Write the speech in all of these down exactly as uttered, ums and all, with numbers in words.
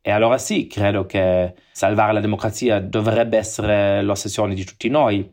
E allora sì, credo che salvare la democrazia dovrebbe essere l'ossessione di tutti noi.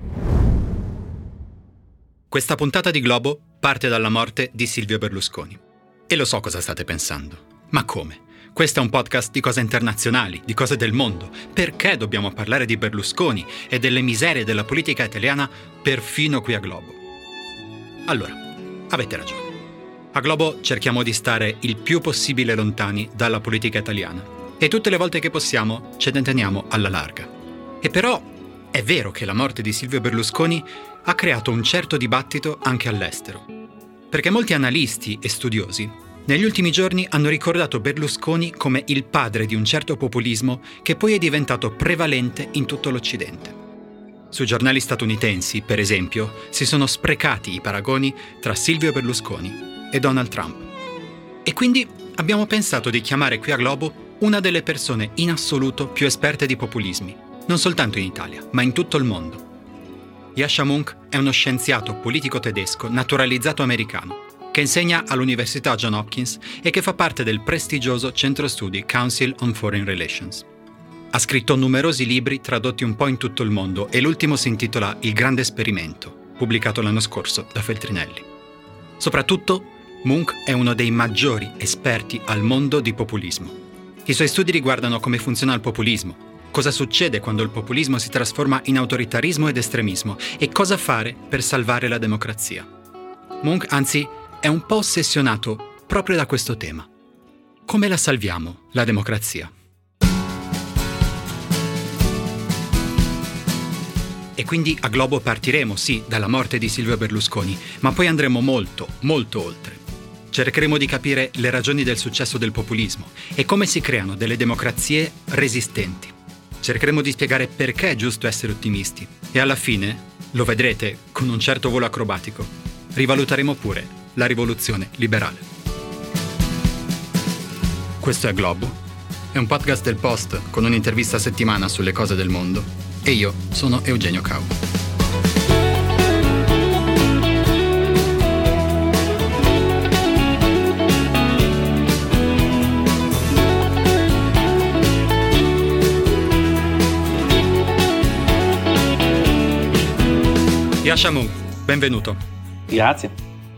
Questa puntata di Globo parte dalla morte di Silvio Berlusconi. E lo so cosa state pensando. Ma come? Questo è un podcast di cose internazionali, di cose del mondo. Perché dobbiamo parlare di Berlusconi e delle miserie della politica italiana perfino qui a Globo? Allora, avete ragione. A Globo cerchiamo di stare il più possibile lontani dalla politica italiana e tutte le volte che possiamo ce ne teniamo alla larga. E però è vero che la morte di Silvio Berlusconi ha creato un certo dibattito anche all'estero, perché molti analisti e studiosi negli ultimi giorni hanno ricordato Berlusconi come il padre di un certo populismo che poi è diventato prevalente in tutto l'Occidente. Sui giornali statunitensi, per esempio, si sono sprecati i paragoni tra Silvio Berlusconi e Donald Trump. E quindi abbiamo pensato di chiamare qui a Globo una delle persone in assoluto più esperte di populismi, non soltanto in Italia, ma in tutto il mondo. Yascha Mounk è uno scienziato politico tedesco naturalizzato americano che insegna all'Università Johns Hopkins e che fa parte del prestigioso centro studi Council on Foreign Relations. Ha scritto numerosi libri tradotti un po' in tutto il mondo e l'ultimo si intitola Il Grande Esperimento, pubblicato l'anno scorso da Feltrinelli. Soprattutto, Mounk è uno dei maggiori esperti al mondo di populismo. I suoi studi riguardano come funziona il populismo, cosa succede quando il populismo si trasforma in autoritarismo ed estremismo e cosa fare per salvare la democrazia. Mounk, anzi, è un po' ossessionato proprio da questo tema. Come la salviamo, la democrazia? E quindi a Globo partiremo, sì, dalla morte di Silvio Berlusconi, ma poi andremo molto, molto oltre. Cercheremo di capire le ragioni del successo del populismo e come si creano delle democrazie resistenti. Cercheremo di spiegare perché è giusto essere ottimisti e alla fine, lo vedrete con un certo volo acrobatico, rivaluteremo pure la rivoluzione liberale. Questo è Globo, è un podcast del Post con un'intervista a settimana sulle cose del mondo e io sono Eugenio Cau. Yascha Mounk, benvenuto. Grazie.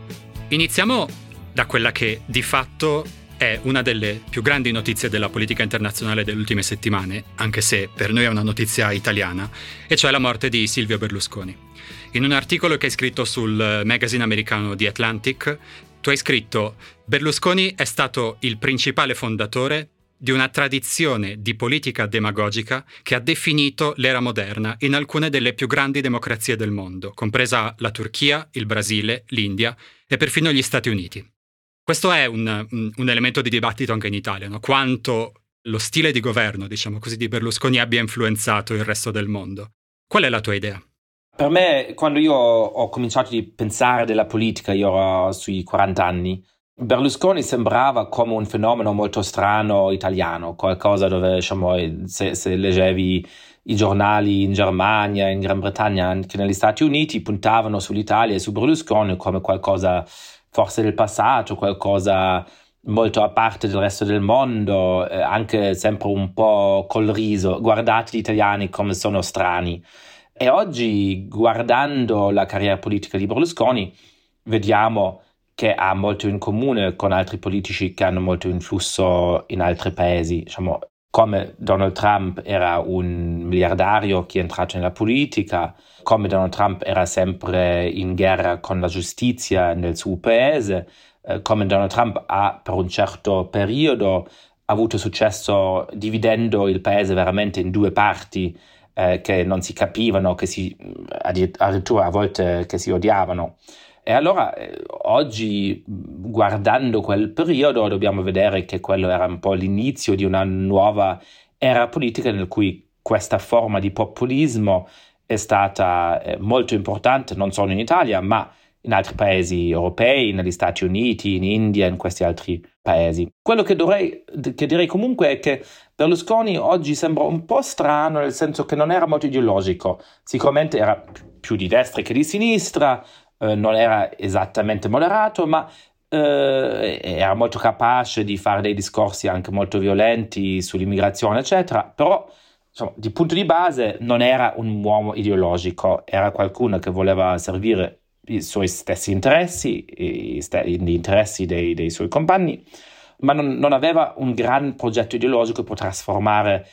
Iniziamo da quella che di fatto è una delle più grandi notizie della politica internazionale delle ultime settimane, anche se per noi è una notizia italiana, e cioè la morte di Silvio Berlusconi. In un articolo che hai scritto sul magazine americano The Atlantic, tu hai scritto: Berlusconi è stato il principale fondatore di una tradizione di politica demagogica che ha definito l'era moderna in alcune delle più grandi democrazie del mondo, compresa la Turchia, il Brasile, l'India e perfino gli Stati Uniti. Questo è un, un elemento di dibattito anche in Italia, no? Quanto lo stile di governo, diciamo così, di Berlusconi abbia influenzato il resto del mondo. Qual è la tua idea? Per me, quando io ho cominciato a pensare della politica, io ero sui quaranta anni, Berlusconi sembrava come un fenomeno molto strano italiano, qualcosa dove, diciamo, se, se leggevi i giornali in Germania, in Gran Bretagna, anche negli Stati Uniti, puntavano sull'Italia e su Berlusconi come qualcosa forse del passato, qualcosa molto a parte del resto del mondo, eh, anche sempre un po' col riso. Guardate gli italiani come sono strani. E oggi, guardando la carriera politica di Berlusconi, vediamo che ha molto in comune con altri politici che hanno molto influsso in altri paesi. Diciamo, come Donald Trump era un miliardario che è entrato nella politica, come Donald Trump era sempre in guerra con la giustizia nel suo paese, eh, come Donald Trump ha per un certo periodo avuto successo dividendo il paese veramente in due parti eh, che non si capivano, che si addirittura a volte che si odiavano. E allora eh, oggi, guardando quel periodo, dobbiamo vedere che quello era un po' l'inizio di una nuova era politica in cui questa forma di populismo è stata eh, molto importante, non solo in Italia, ma in altri paesi europei, negli Stati Uniti, in India, in questi altri paesi. Quello che, dovrei, che direi comunque è che Berlusconi oggi sembra un po' strano, nel senso che non era molto ideologico. Sicuramente era più di destra che di sinistra, eh, non era esattamente moderato, ma eh, era molto capace di fare dei discorsi anche molto violenti sull'immigrazione, eccetera, però insomma, di punto di base non era un uomo ideologico, era qualcuno che voleva servire i suoi stessi interessi, gli interessi dei, dei suoi compagni, ma non, non aveva un gran progetto ideologico per trasformare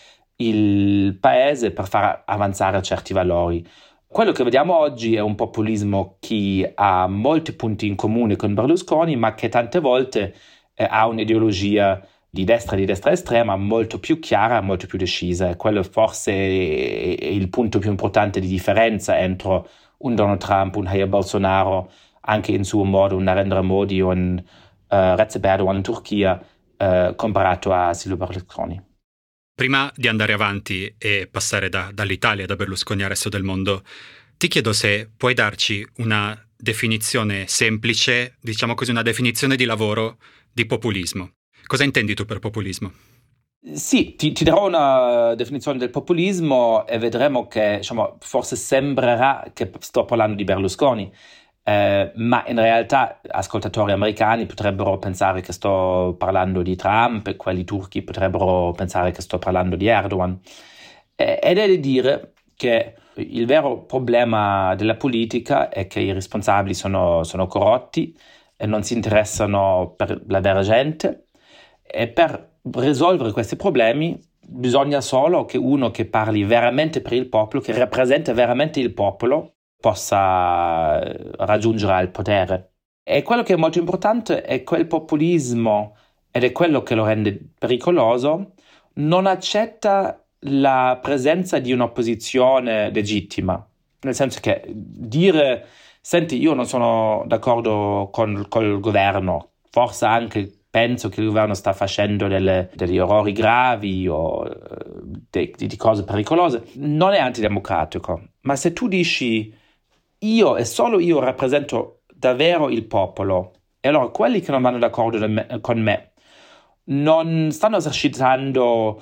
il paese, per far avanzare certi valori. Quello che vediamo oggi è un populismo che ha molti punti in comune con Berlusconi, ma che tante volte eh, ha un'ideologia di destra di destra estrema molto più chiara, molto più decisa. Quello forse è il punto più importante di differenza entro un Donald Trump, un Jair Bolsonaro, anche in suo modo un Narendra Modi o un uh, Recep Erdogan in Turchia, uh, comparato a Silvio Berlusconi. Prima di andare avanti e passare da, dall'Italia, da Berlusconi al resto del mondo, ti chiedo se puoi darci una definizione semplice, diciamo così, una definizione di lavoro di populismo. Cosa intendi tu per populismo? Sì, ti, ti darò una definizione del populismo e vedremo che, diciamo, forse sembrerà che sto parlando di Berlusconi, eh, ma in realtà ascoltatori americani potrebbero pensare che sto parlando di Trump e quelli turchi potrebbero pensare che sto parlando di Erdogan. Eh, ed è di dire che il vero problema della politica è che i responsabili sono, sono corrotti e non si interessano per la vera gente, e per risolvere questi problemi bisogna solo che uno che parli veramente per il popolo, che rappresenta veramente il popolo, possa raggiungere il potere. E quello che è molto importante è quel populismo, ed è quello che lo rende pericoloso, non accetta la presenza di un'opposizione legittima, nel senso che dire senti, io non sono d'accordo con col governo, forse anche penso che il governo sta facendo delle, degli errori gravi o de, di cose pericolose, non è antidemocratico. Ma se tu dici io e solo io rappresento davvero il popolo, e allora quelli che non vanno d'accordo me, con me non stanno esercitando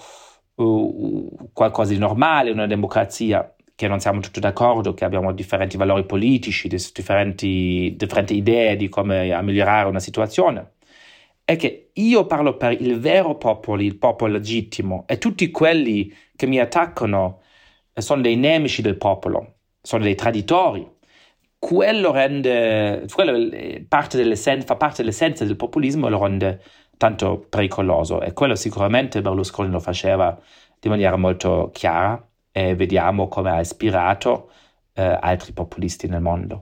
uh, qualcosa di normale, una democrazia, che non siamo tutti d'accordo, che abbiamo differenti valori politici, differenti, differenti idee di come migliorare una situazione. È che io parlo per il vero popolo, il popolo legittimo, e tutti quelli che mi attaccano sono dei nemici del popolo, sono dei traditori. Quello rende, quello parte dell'essenza, fa parte dell'essenza del populismo e lo rende tanto pericoloso. E quello sicuramente Berlusconi lo faceva di maniera molto chiara e vediamo come ha ispirato eh, altri populisti nel mondo.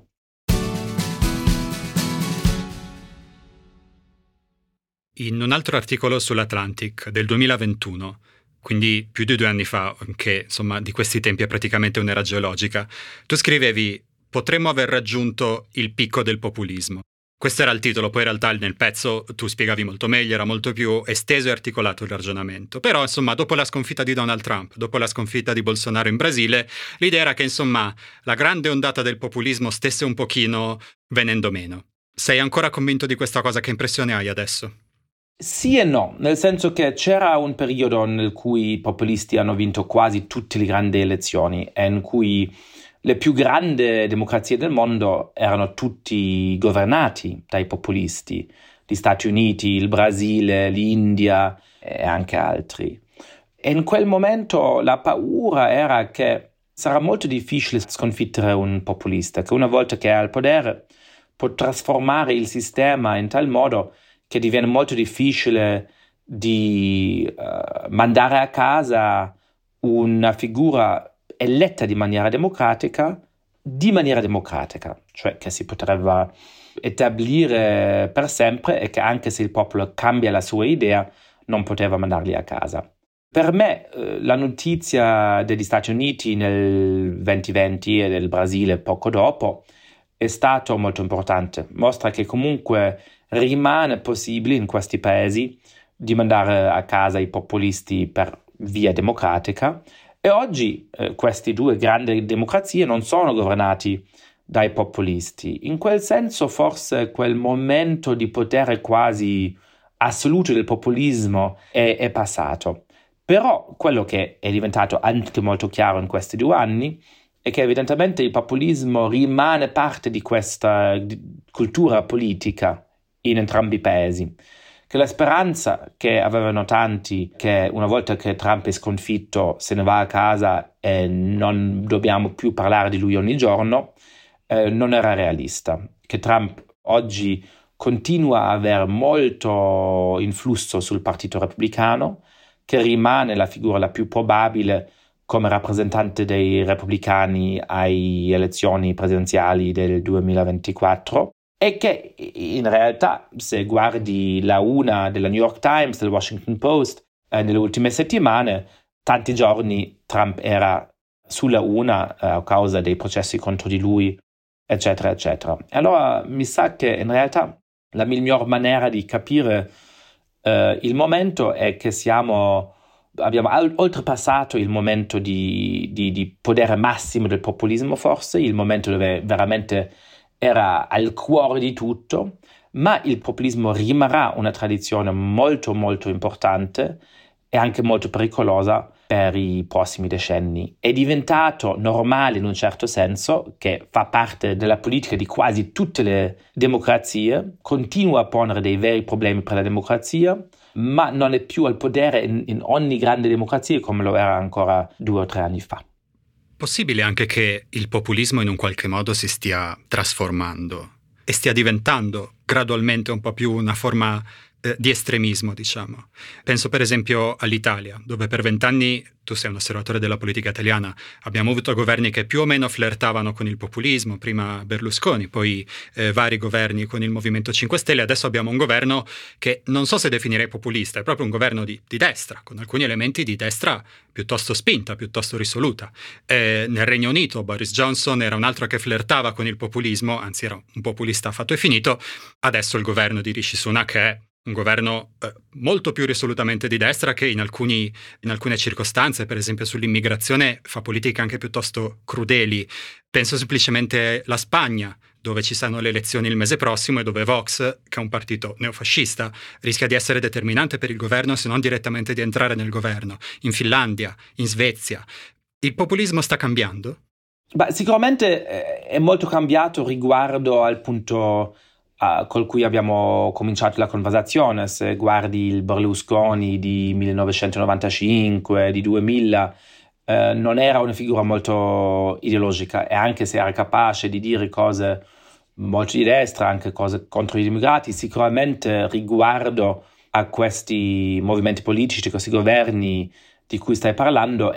In un altro articolo sull'Atlantic del duemilaventuno, quindi più di due anni fa, che insomma di questi tempi è praticamente un'era geologica, tu scrivevi «Potremmo aver raggiunto il picco del populismo». Questo era il titolo, poi in realtà nel pezzo tu spiegavi molto meglio, era molto più esteso e articolato il ragionamento. Però insomma dopo la sconfitta di Donald Trump, dopo la sconfitta di Bolsonaro in Brasile, l'idea era che insomma la grande ondata del populismo stesse un pochino venendo meno. Sei ancora convinto di questa cosa? Che impressione hai adesso? Sì e no, nel senso che c'era un periodo nel cui i populisti hanno vinto quasi tutte le grandi elezioni e in cui le più grandi democrazie del mondo erano tutti governati dai populisti, gli Stati Uniti, il Brasile, l'India e anche altri. E in quel momento la paura era che sarà molto difficile sconfiggere un populista, che una volta che è al potere può trasformare il sistema in tal modo che diviene molto difficile di uh, mandare a casa una figura eletta di maniera democratica, di maniera democratica, cioè che si potrebbe stabilire per sempre e che anche se il popolo cambia la sua idea non poteva mandarli a casa. Per me eh, la notizia degli Stati Uniti nel duemilaventi e del Brasile poco dopo è stato molto importante, mostra che comunque rimane possibile in questi paesi di mandare a casa i populisti per via democratica. E oggi eh, queste due grandi democrazie non sono governati dai populisti. In quel senso forse quel momento di potere quasi assoluto del populismo è, è passato. Però quello che è diventato anche molto chiaro in questi due anni è che evidentemente il populismo rimane parte di questa cultura politica in entrambi i paesi. Che la speranza che avevano tanti che una volta che Trump è sconfitto se ne va a casa e non dobbiamo più parlare di lui ogni giorno, eh, non era realista. Che Trump oggi continua a avere molto influsso sul Partito Repubblicano, che rimane la figura la più probabile come rappresentante dei repubblicani alle elezioni presidenziali del duemilaventiquattro, e che in realtà, se guardi la una della New York Times, del Washington Post, eh, nelle ultime settimane, tanti giorni Trump era sulla una eh, a causa dei processi contro di lui, eccetera, eccetera. E allora mi sa che in realtà la miglior maniera di capire eh, il momento è che siamo, abbiamo oltrepassato il momento di, di, di potere massimo del populismo, forse, il momento dove veramente era al cuore di tutto, ma il populismo rimarrà una tradizione molto molto importante e anche molto pericolosa per i prossimi decenni. È diventato normale in un certo senso, che fa parte della politica di quasi tutte le democrazie, continua a ponere dei veri problemi per la democrazia, ma non è più al potere in, in ogni grande democrazia come lo era ancora due o tre anni fa. Possibile anche che il populismo in un qualche modo si stia trasformando e stia diventando gradualmente un po' più una forma eh, di estremismo, diciamo. Penso per esempio all'Italia, dove per vent'anni, tu sei un osservatore della politica italiana, abbiamo avuto governi che più o meno flirtavano con il populismo, prima Berlusconi, poi eh, vari governi con il Movimento cinque Stelle, adesso abbiamo un governo che non so se definirei populista, è proprio un governo di, di destra, con alcuni elementi di destra piuttosto spinta, piuttosto risoluta. Eh, nel Regno Unito Boris Johnson era un altro che flirtava con il populismo, anzi era un populista fatto e finito, adesso il governo di Rishi Sunak è un governo eh, molto più risolutamente di destra, che in, alcuni, in alcune circostanze, per esempio sull'immigrazione, fa politiche anche piuttosto crudeli. Penso semplicemente alla Spagna, dove ci saranno le elezioni il mese prossimo e dove Vox, che è un partito neofascista, rischia di essere determinante per il governo, se non direttamente di entrare nel governo. In Finlandia, in Svezia. Il populismo sta cambiando? Beh, sicuramente è molto cambiato riguardo al punto Uh, col cui abbiamo cominciato la conversazione. Se guardi il Berlusconi di millenovecentonovantacinque, di duemila, eh, non era una figura molto ideologica, e anche se era capace di dire cose molto di destra, anche cose contro gli immigrati, sicuramente riguardo a questi movimenti politici, questi governi di cui stai parlando,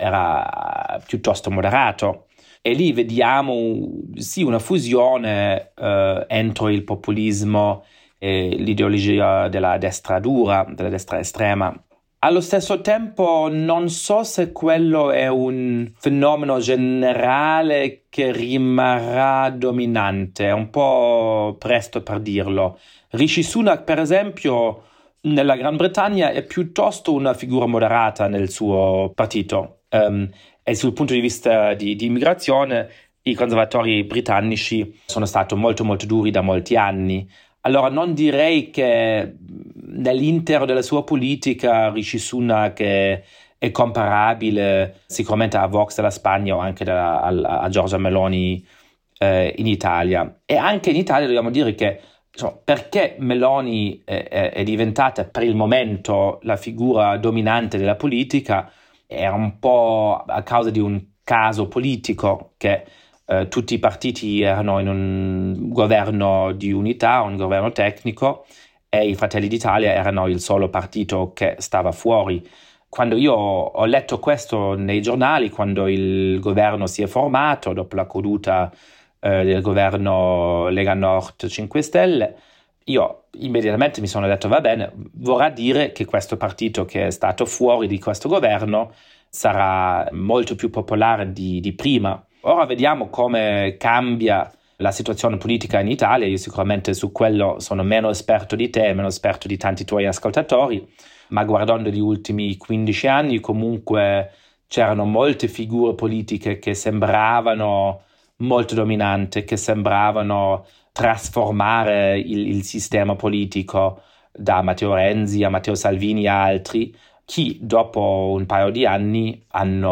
era piuttosto moderato. E lì vediamo sì una fusione eh, entro il populismo e l'ideologia della destra dura, della destra estrema. Allo stesso tempo non so se quello è un fenomeno generale che rimarrà dominante, è un po' presto per dirlo. Rishi Sunak, per esempio, nella Gran Bretagna è piuttosto una figura moderata nel suo partito. Um, E sul punto di vista di, di immigrazione, i conservatori britannici sono stati molto molto duri da molti anni. Allora non direi che nell'intero della sua politica Rishi Sunak è, è comparabile sicuramente a Vox della Spagna o anche da, a, a Giorgia Meloni eh, in Italia. E anche in Italia dobbiamo dire che insomma, perché Meloni è, è, è diventata per il momento la figura dominante della politica, era un po' a causa di un caso politico, che eh, tutti i partiti erano in un governo di unità, un governo tecnico, e i Fratelli d'Italia erano il solo partito che stava fuori. Quando io ho letto questo nei giornali, quando il governo si è formato dopo la caduta eh, del governo Lega Nord cinque Stelle, io immediatamente mi sono detto va bene, vorrà dire che questo partito che è stato fuori di questo governo sarà molto più popolare di, di prima. Ora vediamo come cambia la situazione politica in Italia. Io sicuramente su quello sono meno esperto di te, meno esperto di tanti tuoi ascoltatori, ma guardando gli ultimi quindici anni comunque c'erano molte figure politiche che sembravano molto dominanti, che sembravano trasformare il, il sistema politico, da Matteo Renzi a Matteo Salvini e altri, che dopo un paio di anni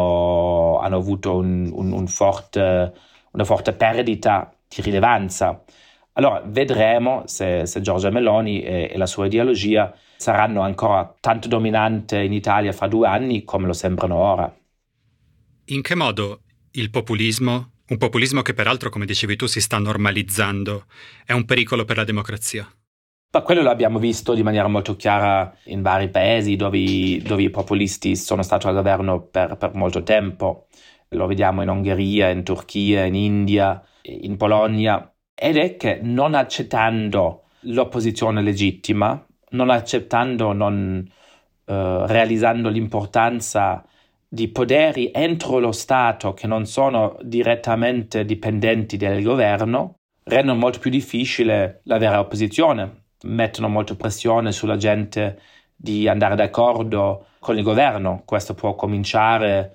hanno, hanno avuto un, un, un forte, una forte perdita di rilevanza. Allora vedremo se, se Giorgia Meloni e, e la sua ideologia saranno ancora tanto dominante in Italia fra due anni come lo sembrano ora. In che modo il populismo, un populismo che peraltro, come dicevi tu, si sta normalizzando, è un pericolo per la democrazia? Ma quello l'abbiamo visto di maniera molto chiara in vari paesi dove, dove i populisti sono stati al governo per, per molto tempo. Lo vediamo in Ungheria, in Turchia, in India, in Polonia. Ed è che non accettando l'opposizione legittima, non accettando, non eh, realizzando l'importanza di poteri entro lo Stato che non sono direttamente dipendenti dal governo, rendono molto più difficile la vera opposizione, mettono molto pressione sulla gente di andare d'accordo con il governo. Questo può cominciare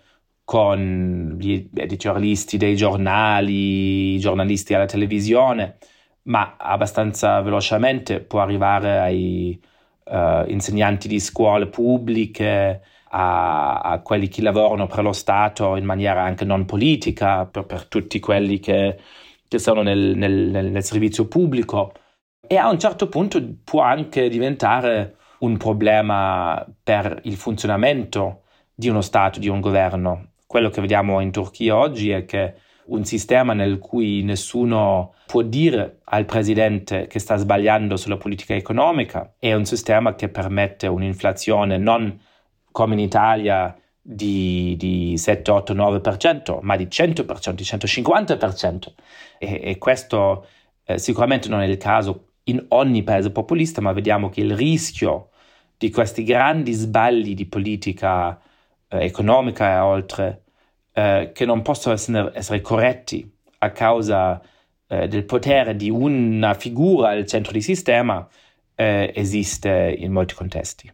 con gli editorialisti dei giornali, i giornalisti alla televisione, ma abbastanza velocemente può arrivare ai uh, insegnanti di scuole pubbliche, a, a quelli che lavorano per lo Stato in maniera anche non politica, per, per tutti quelli che, che sono nel, nel, nel servizio pubblico. E a un certo punto può anche diventare un problema per il funzionamento di uno Stato, di un governo. Quello che vediamo in Turchia oggi è che un sistema nel cui nessuno può dire al presidente che sta sbagliando sulla politica economica è un sistema che permette un'inflazione non come in Italia di, di sette, otto, nove per cento, ma di cento per cento, di centocinquanta per cento. E, e questo eh, sicuramente non è il caso in ogni paese populista, ma vediamo che il rischio di questi grandi sbagli di politica eh, economica e oltre, eh, che non possono essere, essere corretti a causa eh, del potere di una figura al centro del sistema, eh, esiste in molti contesti.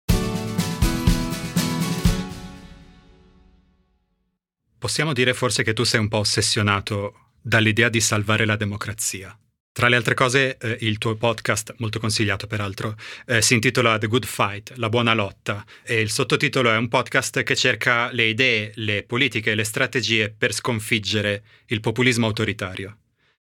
Possiamo dire forse che tu sei un po' ossessionato dall'idea di salvare la democrazia. Tra le altre cose, eh, il tuo podcast, molto consigliato peraltro, eh, si intitola The Good Fight, la buona lotta, e il sottotitolo è un podcast che cerca le idee, le politiche e le strategie per sconfiggere il populismo autoritario.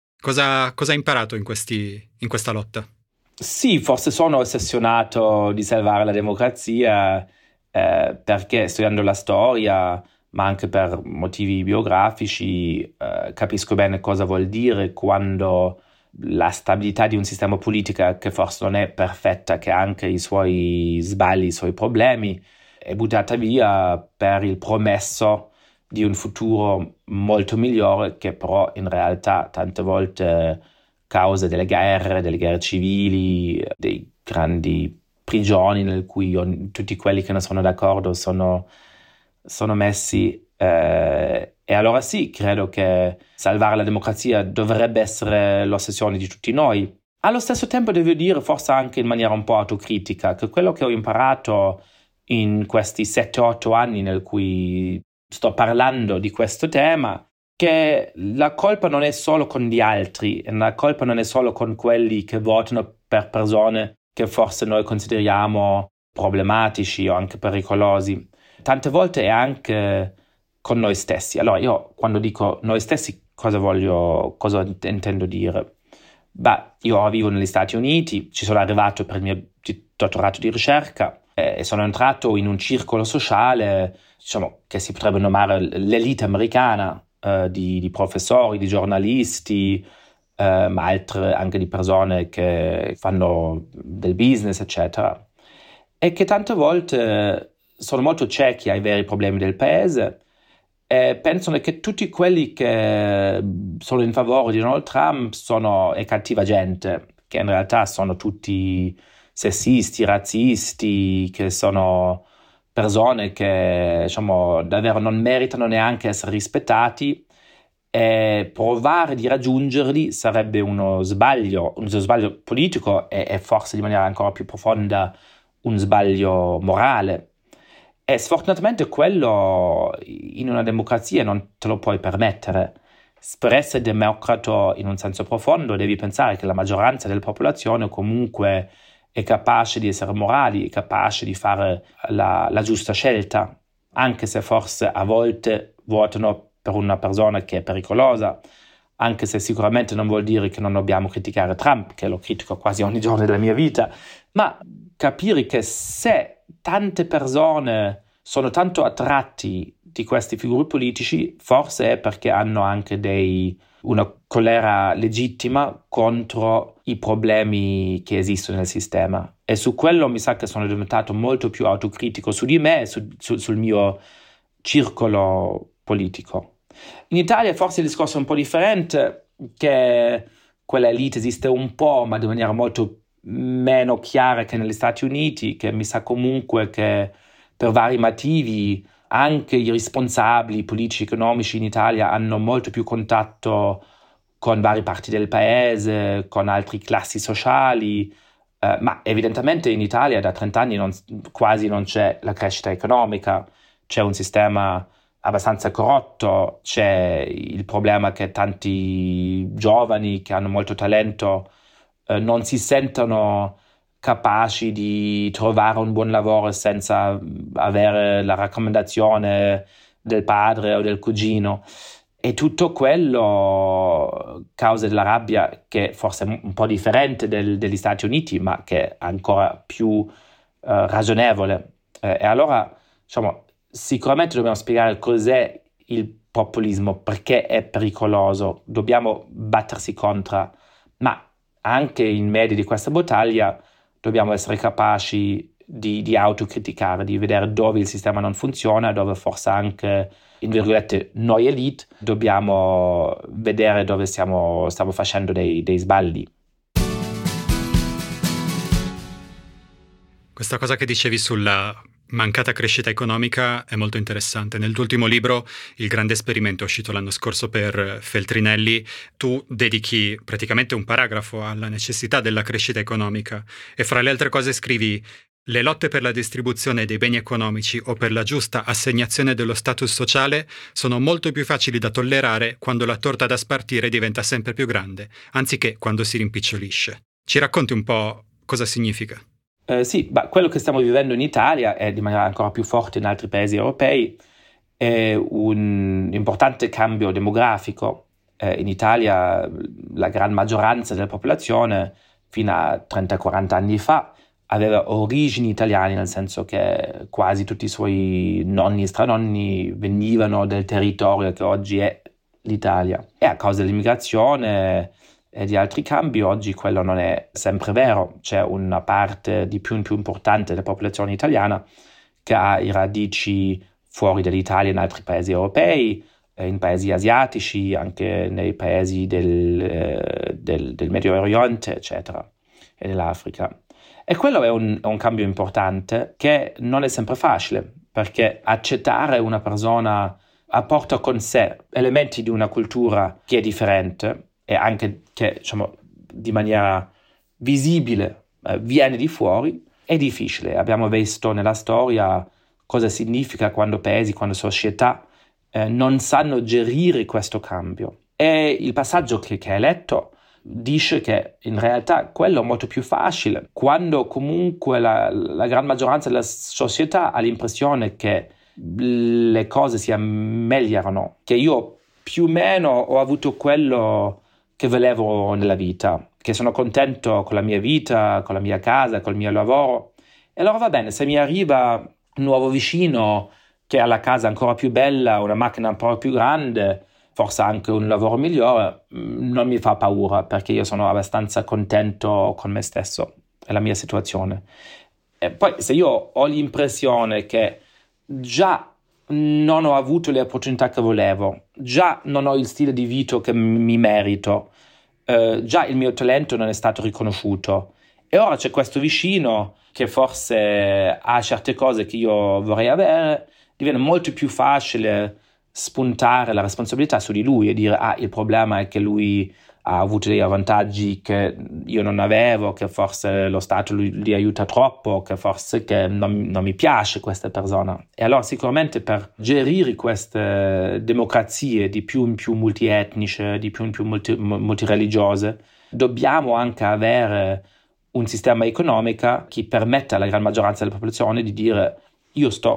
Cosa, cosa hai imparato in, questi, in questa lotta? Sì, forse sono ossessionato di salvare la democrazia eh, perché studiando la storia, ma anche per motivi biografici, eh, capisco bene cosa vuol dire quando la stabilità di un sistema politico che forse non è perfetta, che ha anche i suoi sbagli, i suoi problemi, è buttata via per il promesso di un futuro molto migliore che però in realtà tante volte causa delle guerre, delle guerre civili, dei grandi prigioni nel cui on- tutti quelli che non sono d'accordo sono, sono messi. Eh, e allora sì, credo che salvare la democrazia dovrebbe essere l'ossessione di tutti noi. Allo stesso tempo devo dire, forse anche in maniera un po' autocritica, che quello che ho imparato in questi sette otto anni nel cui sto parlando di questo tema, che la colpa non è solo con gli altri, la colpa non è solo con quelli che votano per persone che forse noi consideriamo problematici o anche pericolosi. Tante volte è anche con noi stessi. Allora io quando dico noi stessi cosa voglio, cosa intendo dire? Beh, io vivo negli Stati Uniti, ci sono arrivato per il mio dottorato di ricerca eh, e sono entrato in un circolo sociale, diciamo, che si potrebbe chiamare l'elite americana, eh, di, di professori, di giornalisti, eh, ma altre anche di persone che fanno del business, eccetera, e che tante volte sono molto ciechi ai veri problemi del paese. E pensano che tutti quelli che sono in favore di Donald Trump sono è cattiva gente, che in realtà sono tutti sessisti, razzisti, che sono persone che diciamo davvero non meritano neanche essere rispettati, e provare di raggiungerli sarebbe uno sbaglio, uno sbaglio politico e, e forse di maniera ancora più profonda un sbaglio morale. E sfortunatamente quello in una democrazia non te lo puoi permettere. Per essere democratico in un senso profondo devi pensare che la maggioranza della popolazione comunque è capace di essere morali, è capace di fare la, la giusta scelta, anche se forse a volte votano per una persona che è pericolosa, anche se sicuramente non vuol dire che non dobbiamo criticare Trump, che lo critico quasi ogni giorno della mia vita, ma capire che se tante persone sono tanto attratti di questi figuri politici, forse è perché hanno anche dei, una collera legittima contro i problemi che esistono nel sistema. E su quello mi sa che sono diventato molto più autocritico su di me e su, su, sul mio circolo politico. In Italia forse il discorso è un po' differente, che quella elite esiste un po', ma di maniera molto meno chiara che negli Stati Uniti, che mi sa comunque che per vari motivi anche i responsabili politici economici in Italia hanno molto più contatto con vari parti del paese, con altre classi sociali, eh, ma evidentemente in Italia da trenta anni non, quasi non c'è la crescita economica, c'è un sistema abbastanza corrotto, c'è il problema che tanti giovani che hanno molto talento eh, non si sentono capaci di trovare un buon lavoro senza avere la raccomandazione del padre o del cugino. E tutto quello causa della rabbia che forse è un po' differente del, degli Stati Uniti, ma che è ancora più eh, ragionevole. Eh, e allora, diciamo, sicuramente dobbiamo spiegare cos'è il populismo, perché è pericoloso, dobbiamo battersi contro, ma anche in medio di questa battaglia dobbiamo essere capaci di, di autocriticare, di vedere dove il sistema non funziona, dove forse anche, in virgolette, noi elite dobbiamo vedere dove stiamo, stiamo facendo dei, dei sbagli. Questa cosa che dicevi sulla mancata crescita economica è molto interessante. Nel tuo ultimo libro, Il grande esperimento, uscito l'anno scorso per Feltrinelli, tu dedichi praticamente un paragrafo alla necessità della crescita economica e fra le altre cose scrivi: le lotte per la distribuzione dei beni economici o per la giusta assegnazione dello status sociale sono molto più facili da tollerare quando la torta da spartire diventa sempre più grande, anziché quando si rimpicciolisce. Ci racconti un po' cosa significa? Eh, sì, ma quello che stiamo vivendo in Italia è di maniera ancora più forte in altri paesi europei, è un importante cambio demografico. Eh, in Italia la gran maggioranza della popolazione fino a trenta quaranta anni fa aveva origini italiane, nel senso che quasi tutti i suoi nonni e stranonni venivano del territorio che oggi è l'Italia. E a causa dell'immigrazione e di altri cambi oggi quello non è sempre vero. C'è una parte di più in più importante della popolazione italiana che ha i radici fuori dall'Italia in altri paesi europei, in paesi asiatici, anche nei paesi del, del, del Medio Oriente, eccetera, e dell'Africa. E quello è un, è un cambio importante che non è sempre facile, perché accettare una persona apporta con sé elementi di una cultura che è differente e anche che, diciamo, di maniera visibile eh, viene di fuori, è difficile. Abbiamo visto nella storia cosa significa quando paesi, quando società eh, non sanno gestire questo cambio. E il passaggio che, che hai letto dice che in realtà quello è molto più facile quando comunque la, la gran maggioranza della società ha l'impressione che le cose si migliorano, che io più o meno ho avuto quello che volevo nella vita, che sono contento con la mia vita, con la mia casa, col mio lavoro. E allora va bene, se mi arriva un nuovo vicino che ha la casa ancora più bella, una macchina un po' più grande, forse anche un lavoro migliore, non mi fa paura, perché io sono abbastanza contento con me stesso e la mia situazione. E poi se io ho l'impressione che già non ho avuto le opportunità che volevo, già non ho il stile di vita che mi merito, eh, già il mio talento non è stato riconosciuto e ora c'è questo vicino che forse ha certe cose che io vorrei avere, diviene molto più facile spuntare la responsabilità su di lui e dire ah, il problema è che lui ha avuto dei vantaggi che io non avevo, che forse lo Stato lui, li aiuta troppo, che forse che non, non mi piace questa persona. E allora sicuramente per gestire queste democrazie di più in più multietniche, di più in più multi, multireligiose, dobbiamo anche avere un sistema economico che permetta alla gran maggioranza della popolazione di dire io sto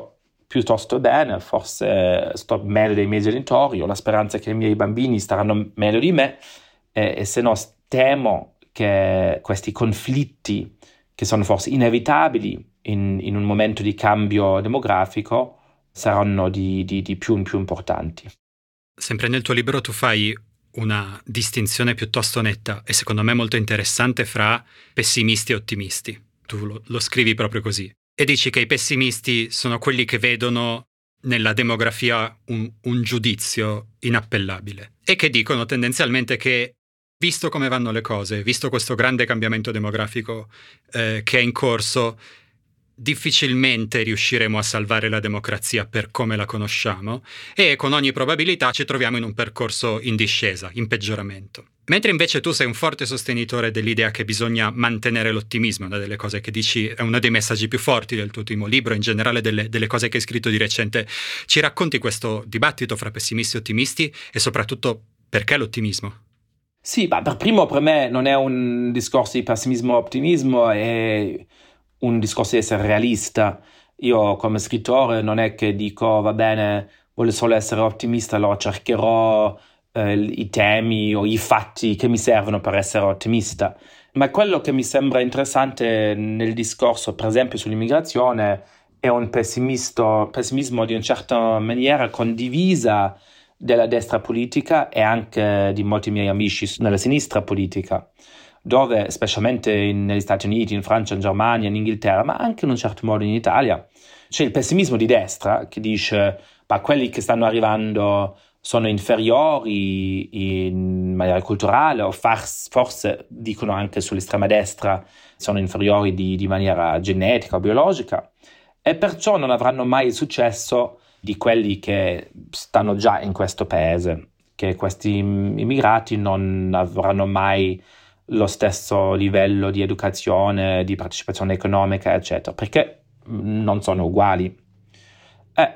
piuttosto bene, forse sto meglio dei miei genitori, ho la speranza che i miei bambini staranno meglio di me, e, e se no temo che questi conflitti, che sono forse inevitabili in, in un momento di cambio demografico, saranno di, di, di più in più importanti. Sempre nel tuo libro tu fai una distinzione piuttosto netta e secondo me molto interessante fra pessimisti e ottimisti. Tu lo, lo scrivi proprio così. E dici che i pessimisti sono quelli che vedono nella demografia un, un giudizio inappellabile e che dicono tendenzialmente che, visto come vanno le cose, visto questo grande cambiamento demografico eh, che è in corso, difficilmente riusciremo a salvare la democrazia per come la conosciamo e con ogni probabilità ci troviamo in un percorso in discesa, in peggioramento. Mentre invece tu sei un forte sostenitore dell'idea che bisogna mantenere l'ottimismo, una delle cose che dici è uno dei messaggi più forti del tuo ultimo libro, in generale delle, delle cose che hai scritto di recente. Ci racconti questo dibattito fra pessimisti e ottimisti e soprattutto perché l'ottimismo? Sì, ma per primo per me non è un discorso di pessimismo o ottimismo, è un discorso di essere realista. Io come scrittore non è che dico va bene, voglio solo essere ottimista, allora cercherò eh, i temi o i fatti che mi servono per essere ottimista. Ma quello che mi sembra interessante nel discorso, per esempio sull'immigrazione, è un pessimismo di una certa maniera condivisa della destra politica e anche di molti miei amici nella sinistra politica, dove specialmente in, negli Stati Uniti, in Francia, in Germania, in Inghilterra, ma anche in un certo modo in Italia, c'è il pessimismo di destra che dice ma quelli che stanno arrivando sono inferiori in maniera culturale o fars, forse dicono anche sull'estrema destra sono inferiori di, di maniera genetica o biologica e perciò non avranno mai il successo di quelli che stanno già in questo paese, che questi immigrati non avranno mai lo stesso livello di educazione, di partecipazione economica, eccetera, perché non sono uguali. Eh,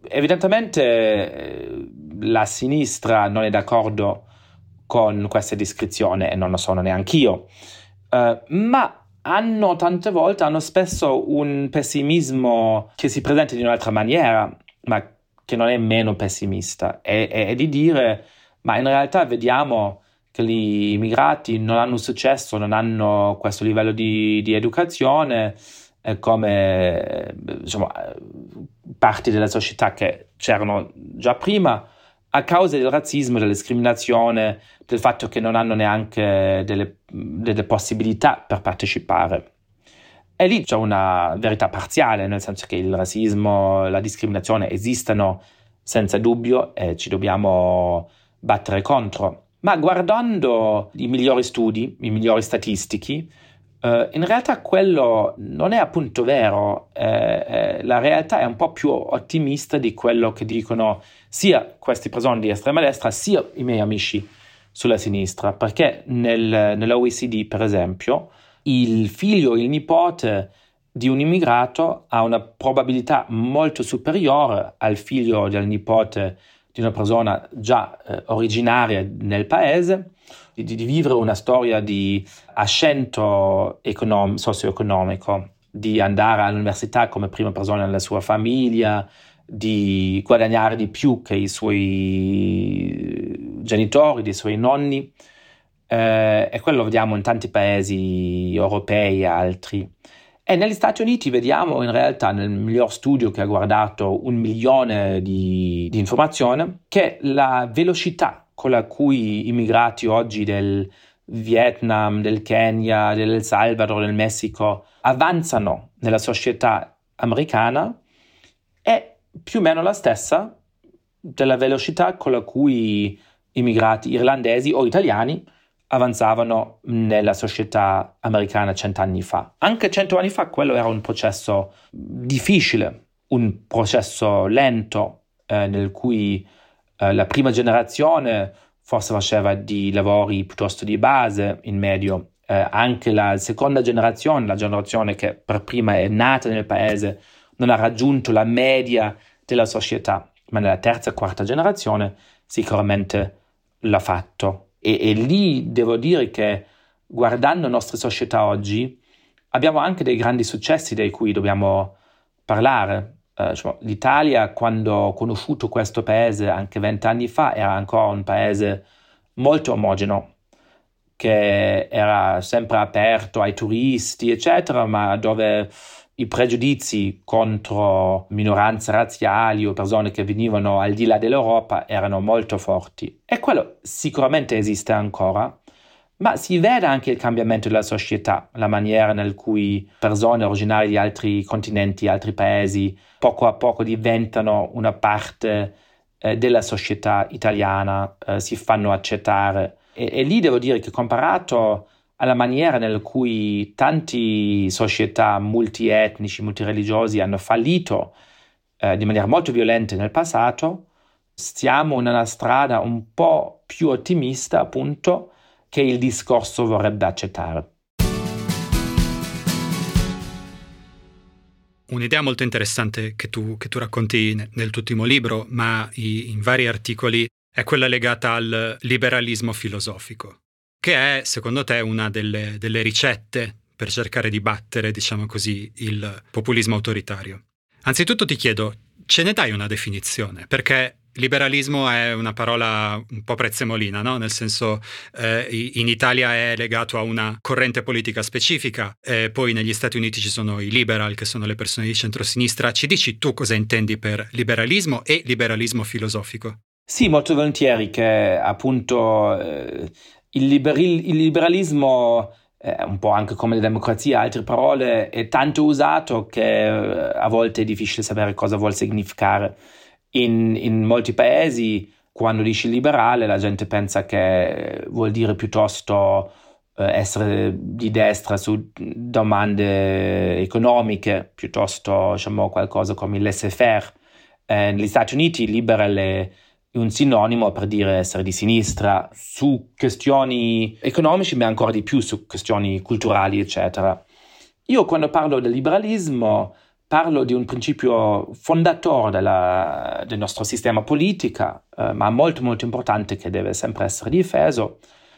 evidentemente la sinistra non è d'accordo con questa descrizione e non lo sono neanch'io, eh, ma hanno tante volte, hanno spesso un pessimismo che si presenta di un'altra maniera, ma che non è meno pessimista, è, è, è di dire, ma in realtà vediamo che gli immigrati non hanno successo, non hanno questo livello di, di educazione eh, come diciamo, parti della società che c'erano già prima, a causa del razzismo, della discriminazione, del fatto che non hanno neanche delle, delle possibilità per partecipare. E lì c'è una verità parziale, nel senso che il razzismo, la discriminazione esistono senza dubbio e ci dobbiamo battere contro. Ma guardando i migliori studi, i migliori statistici, eh, in realtà quello non è appunto vero. Eh, eh, la realtà è un po' più ottimista di quello che dicono sia queste persone di estrema destra, sia i miei amici sulla sinistra. Perché nel, nell'O E C D, per esempio, il figlio, il nipote di un immigrato ha una probabilità molto superiore al figlio del nipote di una persona già eh, originaria nel paese, di, di vivere una storia di ascento econom- socio-economico, di andare all'università come prima persona nella sua famiglia, di guadagnare di più che i suoi genitori, dei suoi nonni, eh, e quello lo vediamo in tanti paesi europei e altri. E negli Stati Uniti vediamo in realtà, nel miglior studio che ha guardato un milione di, di informazioni, che la velocità con la cui immigrati oggi del Vietnam, del Kenya, del Salvador, del Messico avanzano nella società americana è più o meno la stessa della velocità con la cui immigrati irlandesi o italiani avanzavano nella società americana cent'anni fa. Anche cento anni fa quello era un processo difficile, un processo lento, eh, nel cui eh, la prima generazione forse faceva di lavori piuttosto di base in medio. Eh, anche la seconda generazione, la generazione che per prima è nata nel paese, non ha raggiunto la media della società, ma nella terza e quarta generazione sicuramente l'ha fatto. E, e lì devo dire che guardando le nostre società oggi abbiamo anche dei grandi successi di cui dobbiamo parlare. Eh, diciamo, l'Italia, quando ho conosciuto questo paese anche vent'anni fa, era ancora un paese molto omogeneo, che era sempre aperto ai turisti, eccetera, ma dove i pregiudizi contro minoranze razziali o persone che venivano al di là dell'Europa erano molto forti. E quello sicuramente esiste ancora, ma si vede anche il cambiamento della società, la maniera nel cui persone originarie di altri continenti, altri paesi, poco a poco diventano una parte eh, della società italiana, eh, si fanno accettare. E, e lì devo dire che comparato alla maniera nel cui tante società multietnici, multireligiosi hanno fallito eh, di maniera molto violenta nel passato, stiamo in una strada un po' più ottimista, appunto, che il discorso vorrebbe accettare. Un'idea molto interessante che tu, che tu racconti nel tuo ultimo libro, ma in vari articoli, è quella legata al liberalismo filosofico, che è, secondo te, una delle, delle ricette per cercare di battere, diciamo così, il populismo autoritario. Anzitutto ti chiedo, ce ne dai una definizione? Perché liberalismo è una parola un po' prezzemolina, no? Nel senso, eh, in Italia è legato a una corrente politica specifica, eh, poi negli Stati Uniti ci sono i liberal, che sono le persone di centrosinistra. Ci dici tu cosa intendi per liberalismo e liberalismo filosofico? Sì, molto volentieri, che appunto eh, il, liberi- il liberalismo, eh, un po' anche come la democrazia, altre parole, è tanto usato che eh, a volte è difficile sapere cosa vuol significare. In, in molti paesi, quando dici liberale, la gente pensa che vuol dire piuttosto eh, essere di destra su domande economiche, piuttosto diciamo qualcosa come il laissez-faire. Eh, negli Stati Uniti liberal è un sinonimo per dire essere di sinistra su questioni economiche, ma ancora di più su questioni culturali, eccetera. Io quando parlo del liberalismo parlo di un principio fondatore della, del nostro sistema politico, eh, ma molto molto importante, che deve sempre essere difeso,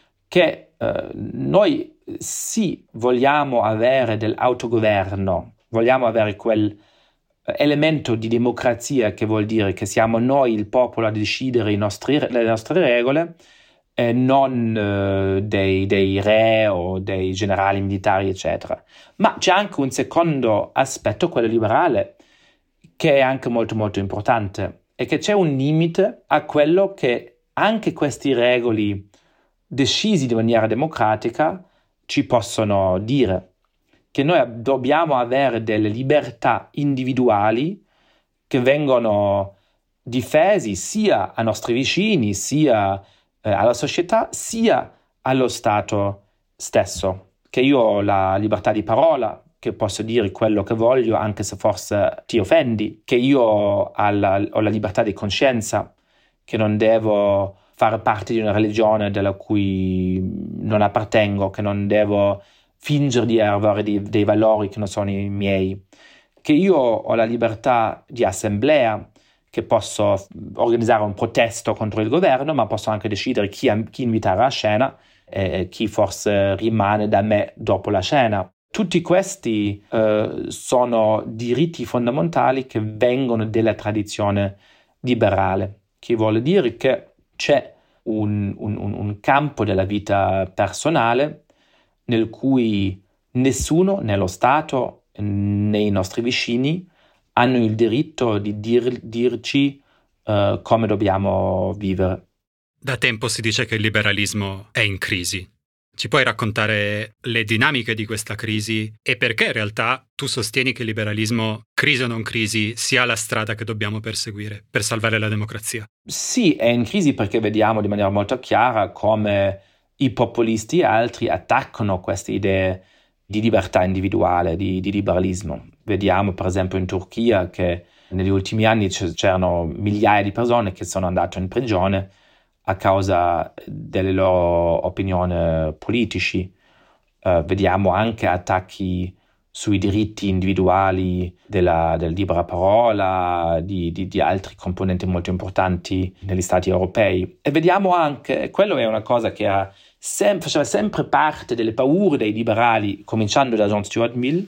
che eh, noi sì vogliamo avere dell'autogoverno, vogliamo avere quel elemento di democrazia, che vuol dire che siamo noi il popolo a decidere i nostri, le nostre regole, e non eh, dei, dei re o dei generali militari, eccetera. Ma c'è anche un secondo aspetto, quello liberale, che è anche molto molto importante, e che c'è un limite a quello che anche questi regoli decisi di maniera democratica ci possono dire, che noi dobbiamo avere delle libertà individuali che vengono difesi sia ai nostri vicini, sia eh, alla società, sia allo Stato stesso. Che io ho la libertà di parola, che posso dire quello che voglio, anche se forse ti offendi, che io ho la, ho la libertà di coscienza, che non devo fare parte di una religione della cui non appartengo, che non devo fingere di avere dei, dei valori che non sono i miei, che io ho la libertà di assemblea, che posso organizzare un protesto contro il governo, ma posso anche decidere chi, chi invitare a cena e chi forse rimane da me dopo la cena. Tutti questi eh, sono diritti fondamentali che vengono dalla tradizione liberale, che vuol dire che c'è un, un, un campo della vita personale nel cui nessuno, nello Stato, né i nostri vicini, hanno il diritto di dir, dirci uh, come dobbiamo vivere. Da tempo si dice che il liberalismo è in crisi. Ci puoi raccontare le dinamiche di questa crisi e perché in realtà tu sostieni che il liberalismo, crisi o non crisi, sia la strada che dobbiamo perseguire per salvare la democrazia? Sì, è in crisi perché vediamo di maniera molto chiara come i populisti e altri attaccano queste idee di libertà individuale, di, di liberalismo. Vediamo per esempio in Turchia che negli ultimi anni c'erano migliaia di persone che sono andate in prigione a causa delle loro opinioni politici. Uh, vediamo anche attacchi sui diritti individuali della, della libera parola, di, di, di altri componenti molto importanti negli stati europei. E vediamo anche, quello è una cosa che era sem- faceva sempre parte delle paure dei liberali, cominciando da John Stuart Mill,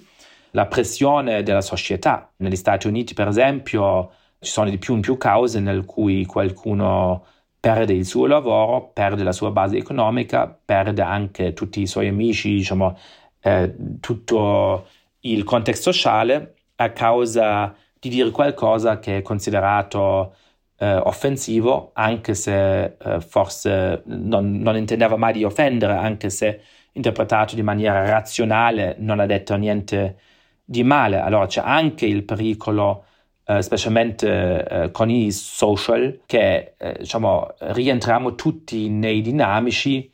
la pressione della società. Negli Stati Uniti, per esempio, ci sono di più in più cause nel cui qualcuno perde il suo lavoro, perde la sua base economica, perde anche tutti i suoi amici, diciamo, eh, tutto il contesto sociale a causa di dire qualcosa che è considerato eh, offensivo, anche se eh, forse non, non intendeva mai di offendere, anche se interpretato di maniera razionale non ha detto niente di male. Allora c'è anche il pericolo, eh, specialmente eh, con i social, che eh, diciamo rientriamo tutti nei dinamici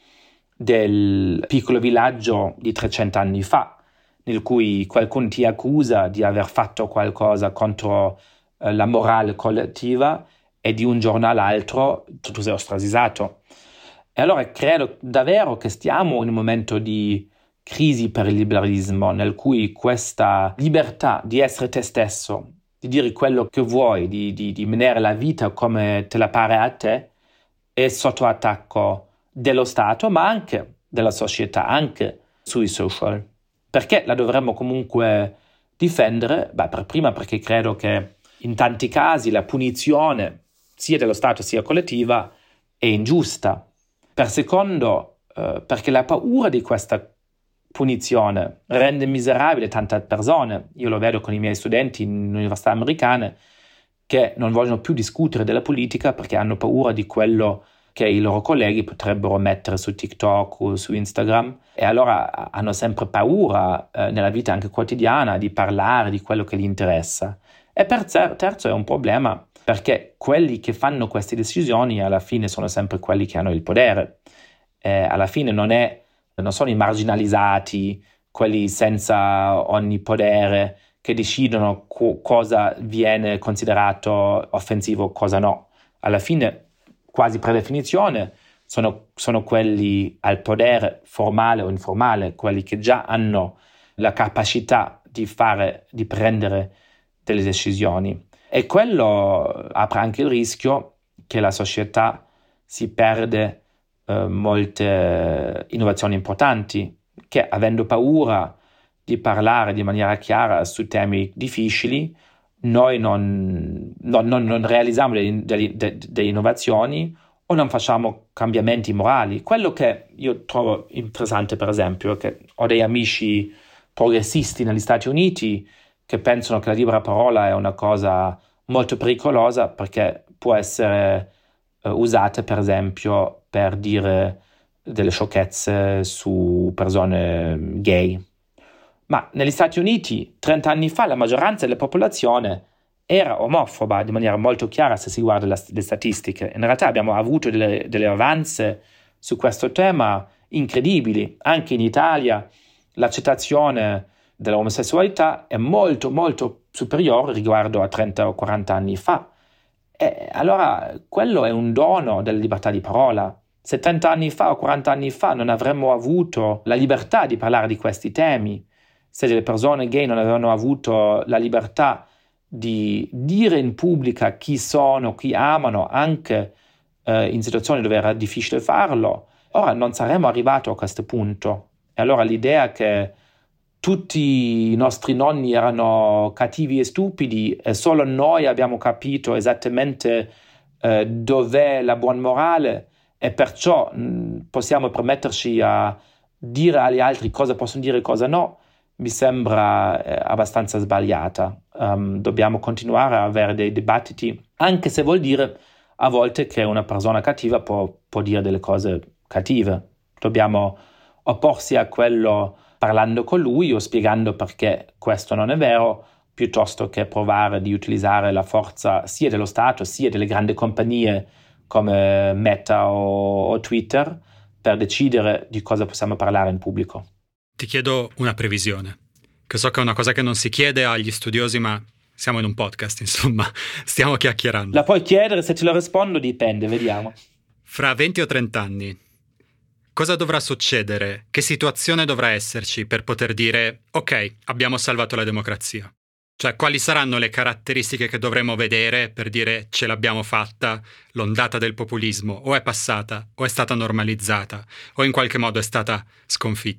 del piccolo villaggio di trecento anni fa, nel cui qualcuno ti accusa di aver fatto qualcosa contro eh, la morale collettiva e di un giorno all'altro tu sei ostracizzato. E allora credo davvero che stiamo in un momento di crisi per il liberalismo, nel cui questa libertà di essere te stesso, di dire quello che vuoi, di, di, di menare la vita come te la pare a te, è sotto attacco dello Stato, ma anche della società, anche sui social. Perché la dovremmo comunque difendere? Beh, per prima perché credo che in tanti casi la punizione, sia dello Stato sia collettiva, è ingiusta. Per secondo, eh, perché la paura di questa punizione rende miserabile tante persone. Io lo vedo con i miei studenti in università americane che non vogliono più discutere della politica perché hanno paura di quello che i loro colleghi potrebbero mettere su TikTok o su Instagram, e allora hanno sempre paura eh, nella vita anche quotidiana di parlare di quello che gli interessa. E per terzo è un problema perché quelli che fanno queste decisioni alla fine sono sempre quelli che hanno il potere. Eh, alla fine non, è, non sono i marginalizzati, quelli senza ogni potere, che decidono co- cosa viene considerato offensivo, cosa no. Alla fine, quasi per definizione, sono, sono quelli al potere formale o informale, quelli che già hanno la capacità di fare, di prendere delle decisioni. E quello apre anche il rischio che la società si perde eh, molte innovazioni importanti, che avendo paura di parlare di maniera chiara su temi difficili, noi non, non, non, non realizziamo delle, delle, delle innovazioni o non facciamo cambiamenti morali. Quello che io trovo interessante, per esempio, è che ho dei amici progressisti negli Stati Uniti che pensano che la libera parola è una cosa molto pericolosa perché può essere eh, usata, per esempio, per dire delle sciocchezze su persone gay. Ma negli Stati Uniti, trenta anni fa, la maggioranza della popolazione era omofoba di maniera molto chiara se si guarda la, le statistiche. In realtà abbiamo avuto delle, delle avanze su questo tema incredibili. Anche in Italia l'accettazione dell'omosessualità è molto molto superiore riguardo a trenta o quaranta anni fa. E allora quello è un dono della libertà di parola. Se trenta anni fa o quaranta anni fa non avremmo avuto la libertà di parlare di questi temi, se delle persone gay non avevano avuto la libertà di dire in pubblica chi sono, chi amano, anche eh, in situazioni dove era difficile farlo, ora non saremmo arrivati a questo punto. E allora l'idea che tutti i nostri nonni erano cattivi e stupidi e solo noi abbiamo capito esattamente eh, dov'è la buona morale e perciò mh, possiamo permetterci a dire agli altri cosa possono dire e cosa no, mi sembra eh, abbastanza sbagliata. Um, dobbiamo continuare a avere dei dibattiti, anche se vuol dire a volte che una persona cattiva può, può dire delle cose cattive. Dobbiamo opporsi a quello parlando con lui o spiegando perché questo non è vero, piuttosto che provare di utilizzare la forza sia dello Stato sia delle grandi compagnie come Meta o, o Twitter per decidere di cosa possiamo parlare in pubblico. Ti chiedo una previsione, che so che è una cosa che non si chiede agli studiosi, ma siamo in un podcast, insomma, stiamo chiacchierando. La puoi chiedere, se te lo rispondo dipende, vediamo. Fra venti o trenta anni, cosa dovrà succedere? Che situazione dovrà esserci per poter dire ok, abbiamo salvato la democrazia? Cioè, quali saranno le caratteristiche che dovremo vedere per dire ce l'abbiamo fatta, l'ondata del populismo o è passata, o è stata normalizzata, o in qualche modo è stata sconfitta?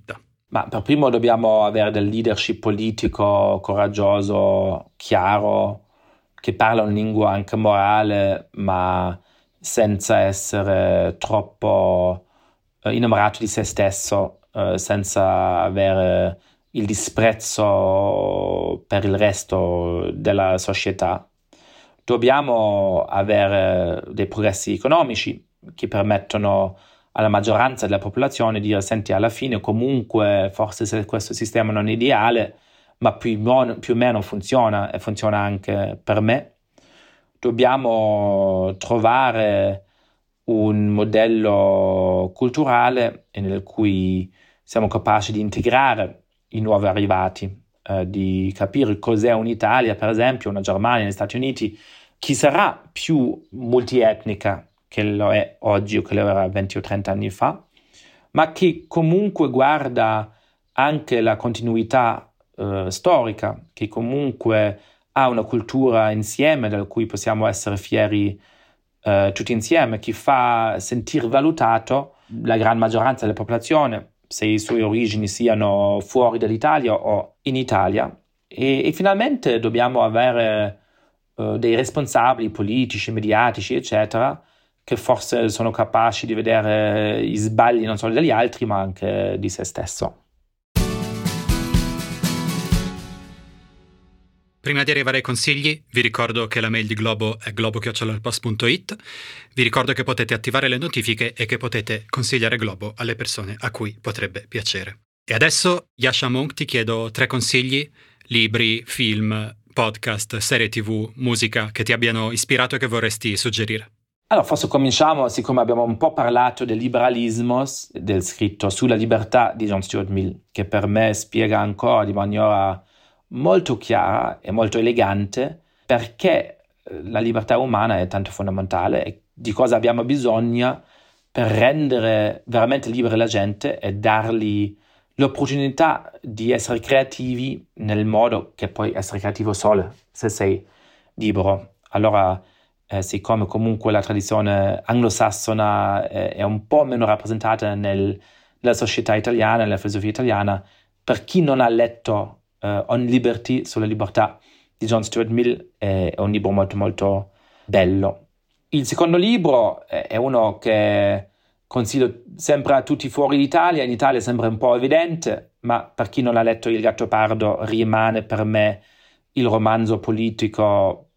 Ma per primo dobbiamo avere del leadership politico coraggioso, chiaro, che parla una lingua anche morale, ma senza essere troppo eh, innamorato di se stesso, eh, senza avere il disprezzo per il resto della società. Dobbiamo avere dei progressi economici che permettono alla maggioranza della popolazione di dire: senti, alla fine comunque forse se questo sistema non è ideale, ma più, più o meno funziona e funziona anche per me. Dobbiamo trovare un modello culturale nel cui siamo capaci di integrare i nuovi arrivati, eh, di capire cos'è un'Italia, per esempio, una Germania, negli Stati Uniti, chi sarà più multietnica che lo è oggi o che lo era venti o trenta anni fa, ma che comunque guarda anche la continuità eh, storica, che comunque ha una cultura insieme da cui possiamo essere fieri eh, tutti insieme, che fa sentire valutato la gran maggioranza della popolazione, se i suoi origini siano fuori dall'Italia o in Italia. E, e finalmente dobbiamo avere uh, dei responsabili politici, mediatici, eccetera, che forse sono capaci di vedere i sbagli non solo degli altri, ma anche di se stesso. Prima di arrivare ai consigli, vi ricordo che la mail di Globo è globo chiocciola il post punto it. Vi ricordo che potete attivare le notifiche e che potete consigliare Globo alle persone a cui potrebbe piacere. E adesso, Yasha Monk, ti chiedo tre consigli, libri, film, podcast, serie tv, musica che ti abbiano ispirato e che vorresti suggerire. Allora, forse cominciamo, siccome abbiamo un po' parlato del liberalismo, del scritto Sulla libertà di John Stuart Mill, che per me spiega ancora di maniera molto chiara e molto elegante perché la libertà umana è tanto fondamentale e di cosa abbiamo bisogno per rendere veramente libera la gente e dargli l'opportunità di essere creativi nel modo che puoi essere creativo solo se sei libero. Allora, eh, siccome comunque la tradizione anglosassona è, è un po' meno rappresentata nel, nella società italiana, nella filosofia italiana, per chi non ha letto Uh, On Liberty, sulla libertà di John Stuart Mill, è, è un libro molto molto bello. Il secondo libro è, è uno che consiglio sempre a tutti fuori d'Italia. In Italia sembra un po' evidente, ma per chi non ha letto Il Gattopardo rimane per me il romanzo politico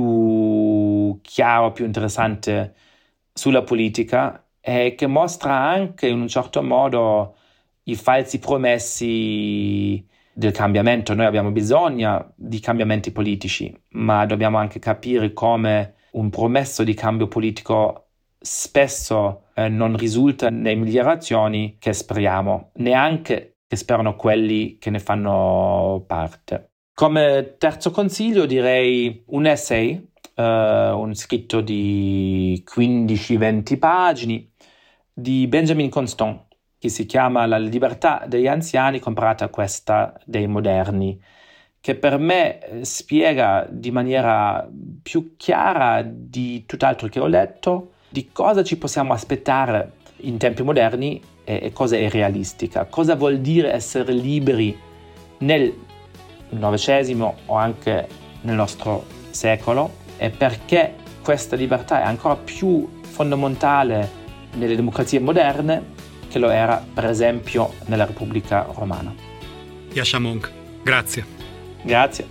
più chiaro, più interessante sulla politica e che mostra anche in un certo modo i falsi promessi del cambiamento. Noi abbiamo bisogno di cambiamenti politici, ma dobbiamo anche capire come un promesso di cambio politico spesso eh, non risulta nelle migliorazioni che speriamo, neanche che sperano quelli che ne fanno parte. Come terzo consiglio direi un essay, eh, un scritto di quindici venti pagine di Benjamin Constant, che si chiama La libertà degli anziani comparata a questa dei moderni, che per me spiega di maniera più chiara di tutt'altro che ho letto di cosa ci possiamo aspettare in tempi moderni e, e cosa è realistica, cosa vuol dire essere liberi nel Novecento o anche nel nostro secolo e perché questa libertà è ancora più fondamentale nelle democrazie moderne che lo era per esempio nella Repubblica Romana. Yasha Monk, grazie. Grazie.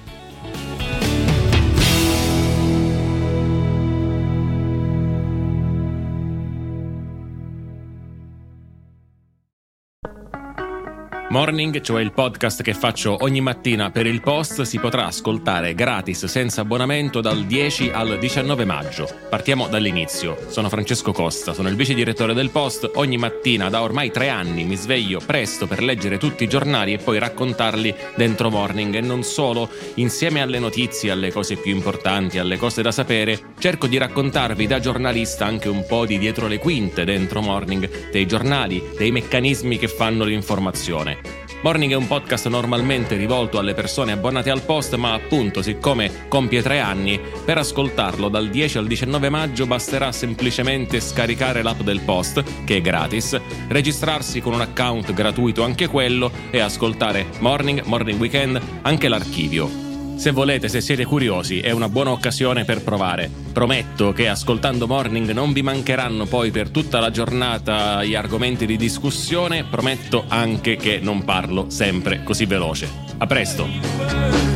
Morning, cioè il podcast che faccio ogni mattina per il Post, si potrà ascoltare gratis senza abbonamento dal dieci al diciannove maggio. Partiamo dall'inizio. Sono Francesco Costa, sono il vice direttore del Post. Ogni mattina da ormai tre anni mi sveglio presto per leggere tutti i giornali e poi raccontarli dentro Morning, e non solo. Insieme alle notizie, alle cose più importanti, alle cose da sapere, cerco di raccontarvi da giornalista anche un po' di dietro le quinte dentro Morning, dei giornali, dei meccanismi che fanno l'informazione. Morning è un podcast normalmente rivolto alle persone abbonate al Post, ma appunto, siccome compie tre anni, per ascoltarlo dal dieci al diciannove maggio basterà semplicemente scaricare l'app del Post, che è gratis, registrarsi con un account gratuito anche quello e ascoltare Morning, Morning Weekend, anche l'archivio. Se volete, se siete curiosi, è una buona occasione per provare. Prometto che ascoltando Morning non vi mancheranno poi per tutta la giornata gli argomenti di discussione, prometto anche che non parlo sempre così veloce. A presto!